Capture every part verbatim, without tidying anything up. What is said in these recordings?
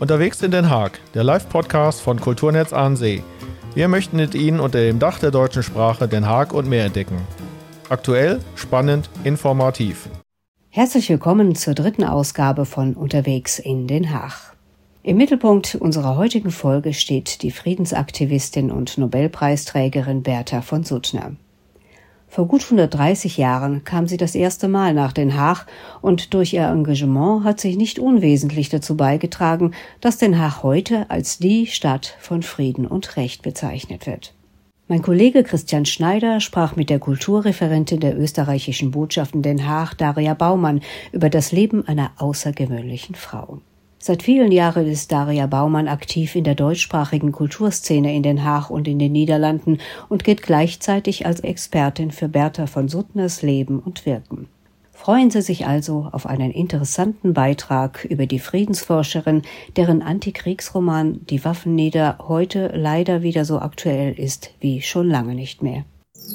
Unterwegs in Den Haag, der Live-Podcast von Kulturnetz Ahnensee. Wir möchten mit Ihnen unter dem Dach der deutschen Sprache Den Haag und mehr entdecken. Aktuell, spannend, informativ. Herzlich willkommen zur dritten Ausgabe von Unterwegs in Den Haag. Im Mittelpunkt unserer heutigen Folge steht die Friedensaktivistin und Nobelpreisträgerin Bertha von Suttner. Vor gut hundertdreißig Jahren kam sie das erste Mal nach Den Haag und durch ihr Engagement hat sich nicht unwesentlich dazu beigetragen, dass Den Haag heute als die Stadt von Frieden und Recht bezeichnet wird. Mein Kollege Christian Schneider sprach mit der Kulturreferentin der österreichischen Botschaft in Den Haag, Daria Baumann, über das Leben einer außergewöhnlichen Frau. Seit vielen Jahren ist Daria Baumann aktiv in der deutschsprachigen Kulturszene in Den Haag und in den Niederlanden und gilt gleichzeitig als Expertin für Bertha von Suttners Leben und Wirken. Freuen Sie sich also auf einen interessanten Beitrag über die Friedensforscherin, deren Antikriegsroman Die Waffen nieder heute leider wieder so aktuell ist wie schon lange nicht mehr.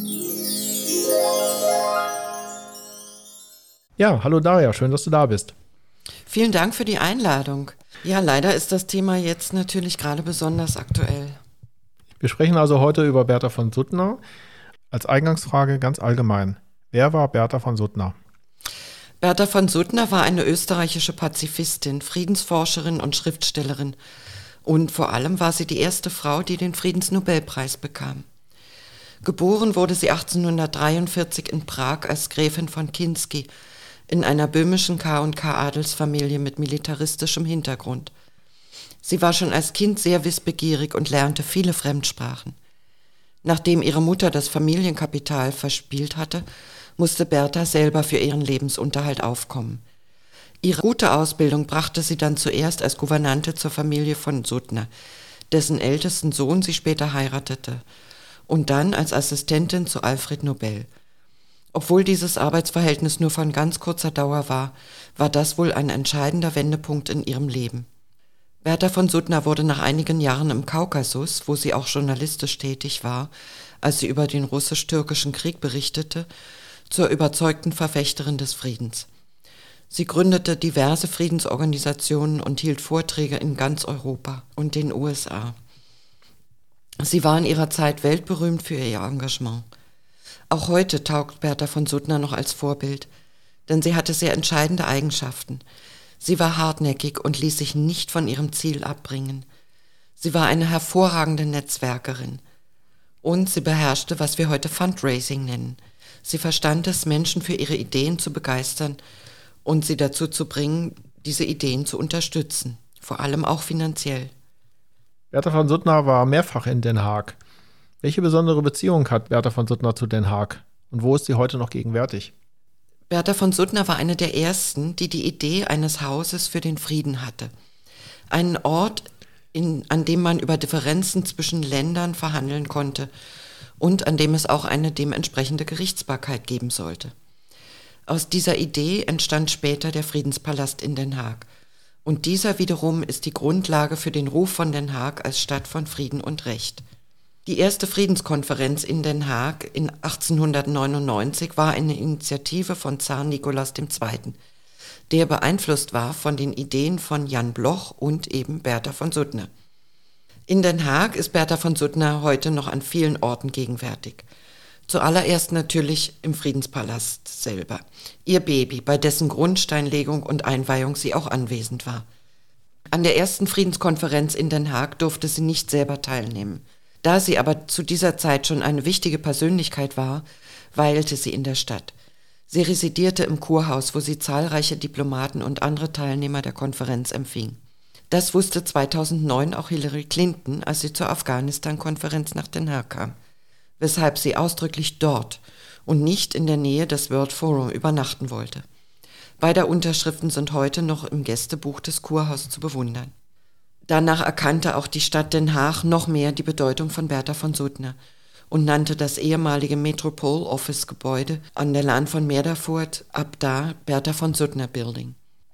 Ja, hallo Daria, schön, dass du da bist. Vielen Dank für die Einladung. Ja, leider ist das Thema jetzt natürlich gerade besonders aktuell. Wir sprechen also heute über Bertha von Suttner. Als Eingangsfrage ganz allgemein. Wer war Bertha von Suttner? Bertha von Suttner war eine österreichische Pazifistin, Friedensforscherin und Schriftstellerin. Und vor allem war sie die erste Frau, die den Friedensnobelpreis bekam. Geboren wurde sie achtzehnhundertdreiundvierzig in Prag als Gräfin von Kinsky, in einer böhmischen K und K-Adelsfamilie mit militaristischem Hintergrund. Sie war schon als Kind sehr wissbegierig und lernte viele Fremdsprachen. Nachdem ihre Mutter das Familienkapital verspielt hatte, musste Bertha selber für ihren Lebensunterhalt aufkommen. Ihre gute Ausbildung brachte sie dann zuerst als Gouvernante zur Familie von Suttner, dessen ältesten Sohn sie später heiratete, und dann als Assistentin zu Alfred Nobel. Obwohl dieses Arbeitsverhältnis nur von ganz kurzer Dauer war, war das wohl ein entscheidender Wendepunkt in ihrem Leben. Bertha von Suttner wurde nach einigen Jahren im Kaukasus, wo sie auch journalistisch tätig war, als sie über den russisch-türkischen Krieg berichtete, zur überzeugten Verfechterin des Friedens. Sie gründete diverse Friedensorganisationen und hielt Vorträge in ganz Europa und den U S A. Sie war in ihrer Zeit weltberühmt für ihr Engagement. Auch heute taugt Bertha von Suttner noch als Vorbild, denn sie hatte sehr entscheidende Eigenschaften. Sie war hartnäckig und ließ sich nicht von ihrem Ziel abbringen. Sie war eine hervorragende Netzwerkerin. Und sie beherrschte, was wir heute Fundraising nennen. Sie verstand es, Menschen für ihre Ideen zu begeistern und sie dazu zu bringen, diese Ideen zu unterstützen, vor allem auch finanziell. Bertha von Suttner war mehrfach in Den Haag. Welche besondere Beziehung hat Bertha von Suttner zu Den Haag und wo ist sie heute noch gegenwärtig? Bertha von Suttner war eine der ersten, die die Idee eines Hauses für den Frieden hatte. Einen Ort, in, an dem man über Differenzen zwischen Ländern verhandeln konnte und an dem es auch eine dementsprechende Gerichtsbarkeit geben sollte. Aus dieser Idee entstand später der Friedenspalast in Den Haag. Und dieser wiederum ist die Grundlage für den Ruf von Den Haag als Stadt von Frieden und Recht. Die erste Friedenskonferenz in Den Haag in achtzehnhundertneunundneunzig war eine Initiative von Zar Nikolaus der Zweite., der beeinflusst war von den Ideen von Jan Bloch und eben Bertha von Suttner. In Den Haag ist Bertha von Suttner heute noch an vielen Orten gegenwärtig. Zuallererst natürlich im Friedenspalast selber, ihr Baby, bei dessen Grundsteinlegung und Einweihung sie auch anwesend war. An der ersten Friedenskonferenz in Den Haag durfte sie nicht selber teilnehmen. Da sie aber zu dieser Zeit schon eine wichtige Persönlichkeit war, weilte sie in der Stadt. Sie residierte im Kurhaus, wo sie zahlreiche Diplomaten und andere Teilnehmer der Konferenz empfing. Das wusste zweitausendneun auch Hillary Clinton, als sie zur Afghanistan-Konferenz nach Den Haag kam, weshalb sie ausdrücklich dort und nicht in der Nähe des World Forum übernachten wollte. Beide Unterschriften sind heute noch im Gästebuch des Kurhauses zu bewundern. Danach erkannte auch die Stadt Den Haag noch mehr die Bedeutung von Bertha von Suttner und nannte das ehemalige Metropol-Office-Gebäude an der Laan von Meerdervoort ab da Bertha von Suttner Building.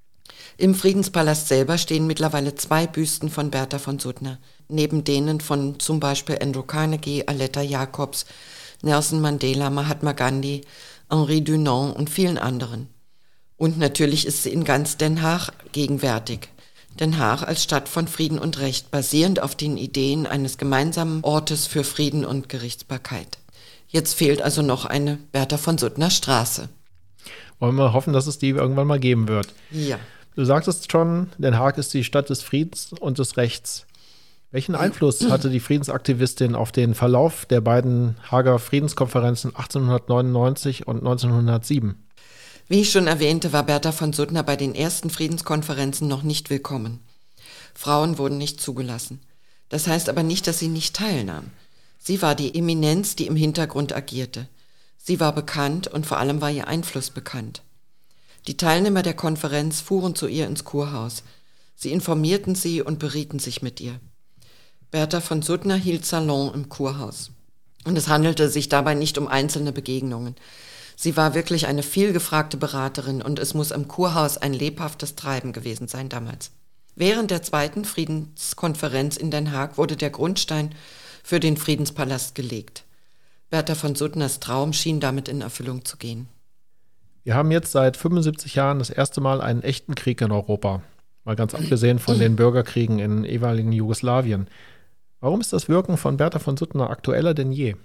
Im Friedenspalast selber stehen mittlerweile zwei Büsten von Bertha von Suttner, neben denen von zum Beispiel Andrew Carnegie, Aletta Jacobs, Nelson Mandela, Mahatma Gandhi, Henri Dunant und vielen anderen. Und natürlich ist sie in ganz Den Haag gegenwärtig. Den Haag als Stadt von Frieden und Recht, basierend auf den Ideen eines gemeinsamen Ortes für Frieden und Gerichtsbarkeit. Jetzt fehlt also noch eine Bertha von Suttner Straße. Wollen wir hoffen, dass es die irgendwann mal geben wird. Ja. Du sagtest schon, Den Haag ist die Stadt des Friedens und des Rechts. Welchen Einfluss hatte die Friedensaktivistin auf den Verlauf der beiden Haager Friedenskonferenzen achtzehnhundertneunundneunzig und neunzehnhundertsieben? Wie ich schon erwähnte, war Bertha von Suttner bei den ersten Friedenskonferenzen noch nicht willkommen. Frauen wurden nicht zugelassen. Das heißt aber nicht, dass sie nicht teilnahm. Sie war die Eminenz, die im Hintergrund agierte. Sie war bekannt und vor allem war ihr Einfluss bekannt. Die Teilnehmer der Konferenz fuhren zu ihr ins Kurhaus. Sie informierten sie und berieten sich mit ihr. Bertha von Suttner hielt Salon im Kurhaus. Und es handelte sich dabei nicht um einzelne Begegnungen. Sie war wirklich eine vielgefragte Beraterin und es muss im Kurhaus ein lebhaftes Treiben gewesen sein damals. Während der zweiten Friedenskonferenz in Den Haag wurde der Grundstein für den Friedenspalast gelegt. Bertha von Suttners Traum schien damit in Erfüllung zu gehen. Wir haben jetzt seit fünfundsiebzig Jahren das erste Mal einen echten Krieg in Europa. Mal ganz abgesehen von den Bürgerkriegen in ehemaligen Jugoslawien. Warum ist das Wirken von Bertha von Suttner aktueller denn je?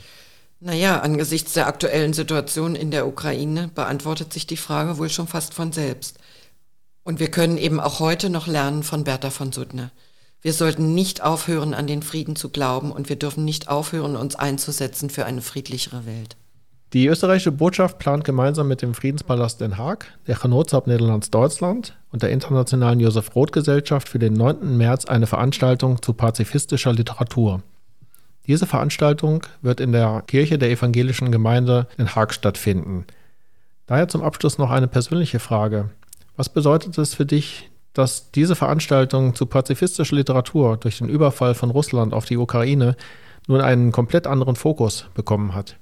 Naja, angesichts der aktuellen Situation in der Ukraine beantwortet sich die Frage wohl schon fast von selbst. Und wir können eben auch heute noch lernen von Bertha von Suttner. Wir sollten nicht aufhören, an den Frieden zu glauben und wir dürfen nicht aufhören, uns einzusetzen für eine friedlichere Welt. Die österreichische Botschaft plant gemeinsam mit dem Friedenspalast Den Haag, der Genootschap Nederlands Deutschland und der Internationalen Josef-Roth-Gesellschaft für den neunten März eine Veranstaltung zu pazifistischer Literatur. Diese Veranstaltung wird in der Kirche der evangelischen Gemeinde Den Haag stattfinden. Daher zum Abschluss noch eine persönliche Frage. Was bedeutet es für dich, dass diese Veranstaltung zu pazifistischer Literatur durch den Überfall von Russland auf die Ukraine nun einen komplett anderen Fokus bekommen hat?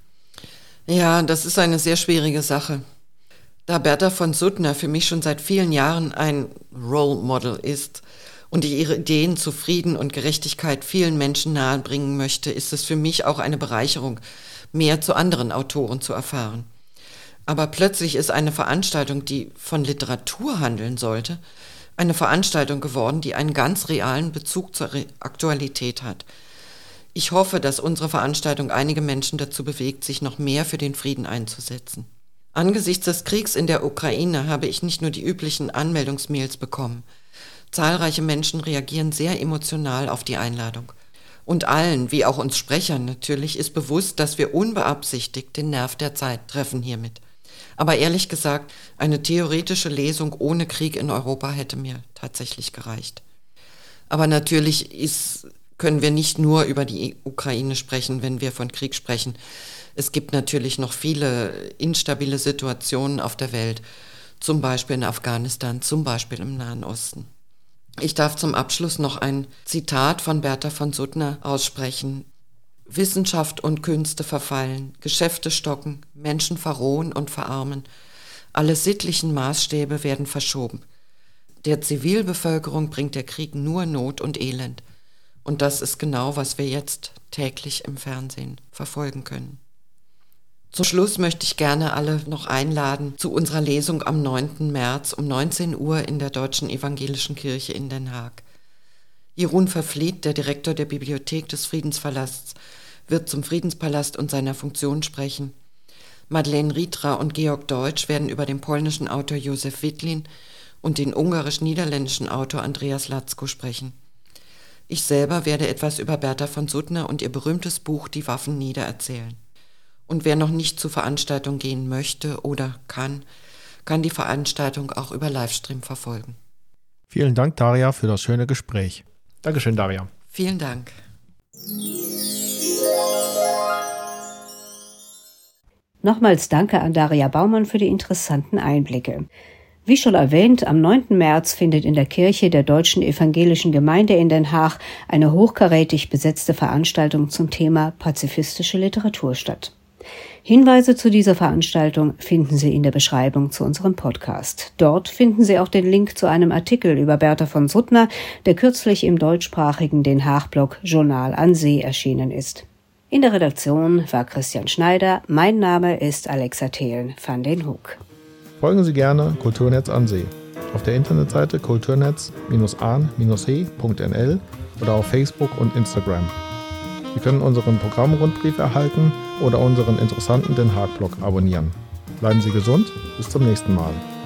Ja, das ist eine sehr schwierige Sache. Da Bertha von Suttner für mich schon seit vielen Jahren ein Role Model ist und ich ihre Ideen zu Frieden und Gerechtigkeit vielen Menschen nahebringen möchte, ist es für mich auch eine Bereicherung, mehr zu anderen Autoren zu erfahren. Aber plötzlich ist eine Veranstaltung, die von Literatur handeln sollte, eine Veranstaltung geworden, die einen ganz realen Bezug zur Re- Aktualität hat. Ich hoffe, dass unsere Veranstaltung einige Menschen dazu bewegt, sich noch mehr für den Frieden einzusetzen. Angesichts des Kriegs in der Ukraine habe ich nicht nur die üblichen Anmeldungsmails bekommen. Zahlreiche Menschen reagieren sehr emotional auf die Einladung. Und allen, wie auch uns Sprechern natürlich, ist bewusst, dass wir unbeabsichtigt den Nerv der Zeit treffen hiermit. Aber ehrlich gesagt, eine theoretische Lesung ohne Krieg in Europa hätte mir tatsächlich gereicht. Aber natürlich ist... können wir nicht nur über die Ukraine sprechen, wenn wir von Krieg sprechen. Es gibt natürlich noch viele instabile Situationen auf der Welt, zum Beispiel in Afghanistan, zum Beispiel im Nahen Osten. Ich darf zum Abschluss noch ein Zitat von Bertha von Suttner aussprechen. Wissenschaft und Künste verfallen, Geschäfte stocken, Menschen verrohen und verarmen. Alle sittlichen Maßstäbe werden verschoben. Der Zivilbevölkerung bringt der Krieg nur Not und Elend. Und das ist genau, was wir jetzt täglich im Fernsehen verfolgen können. Zum Schluss möchte ich gerne alle noch einladen zu unserer Lesung am neunten März um neunzehn Uhr in der Deutschen Evangelischen Kirche in Den Haag. Jeroen Vervliet, der Direktor der Bibliothek des Friedenspalasts, wird zum Friedenspalast und seiner Funktion sprechen. Madeleine Ritra und Georg Deutsch werden über den polnischen Autor Józef Wydlin und den ungarisch-niederländischen Autor Andreas Latzko sprechen. Ich selber werde etwas über Bertha von Suttner und ihr berühmtes Buch Die Waffen niedererzählen. Und wer noch nicht zur Veranstaltung gehen möchte oder kann, kann die Veranstaltung auch über Livestream verfolgen. Vielen Dank, Daria, für das schöne Gespräch. Dankeschön, Daria. Vielen Dank. Nochmals danke an Daria Baumann für die interessanten Einblicke. Wie schon erwähnt, am neunten März findet in der Kirche der Deutschen Evangelischen Gemeinde in Den Haag eine hochkarätig besetzte Veranstaltung zum Thema pazifistische Literatur statt. Hinweise zu dieser Veranstaltung finden Sie in der Beschreibung zu unserem Podcast. Dort finden Sie auch den Link zu einem Artikel über Bertha von Suttner, der kürzlich im deutschsprachigen Den Haag-Blog Journal an See erschienen ist. In der Redaktion war Christian Schneider. Mein Name ist Alexa Thelen van den Hoek. Folgen Sie gerne Kulturnetz an See. auf der Internetseite kulturnetz ahn he punkt n l oder auf Facebook und Instagram. Sie können unseren Programmrundbrief erhalten oder unseren interessanten Den Haag-Blog abonnieren. Bleiben Sie gesund, bis zum nächsten Mal.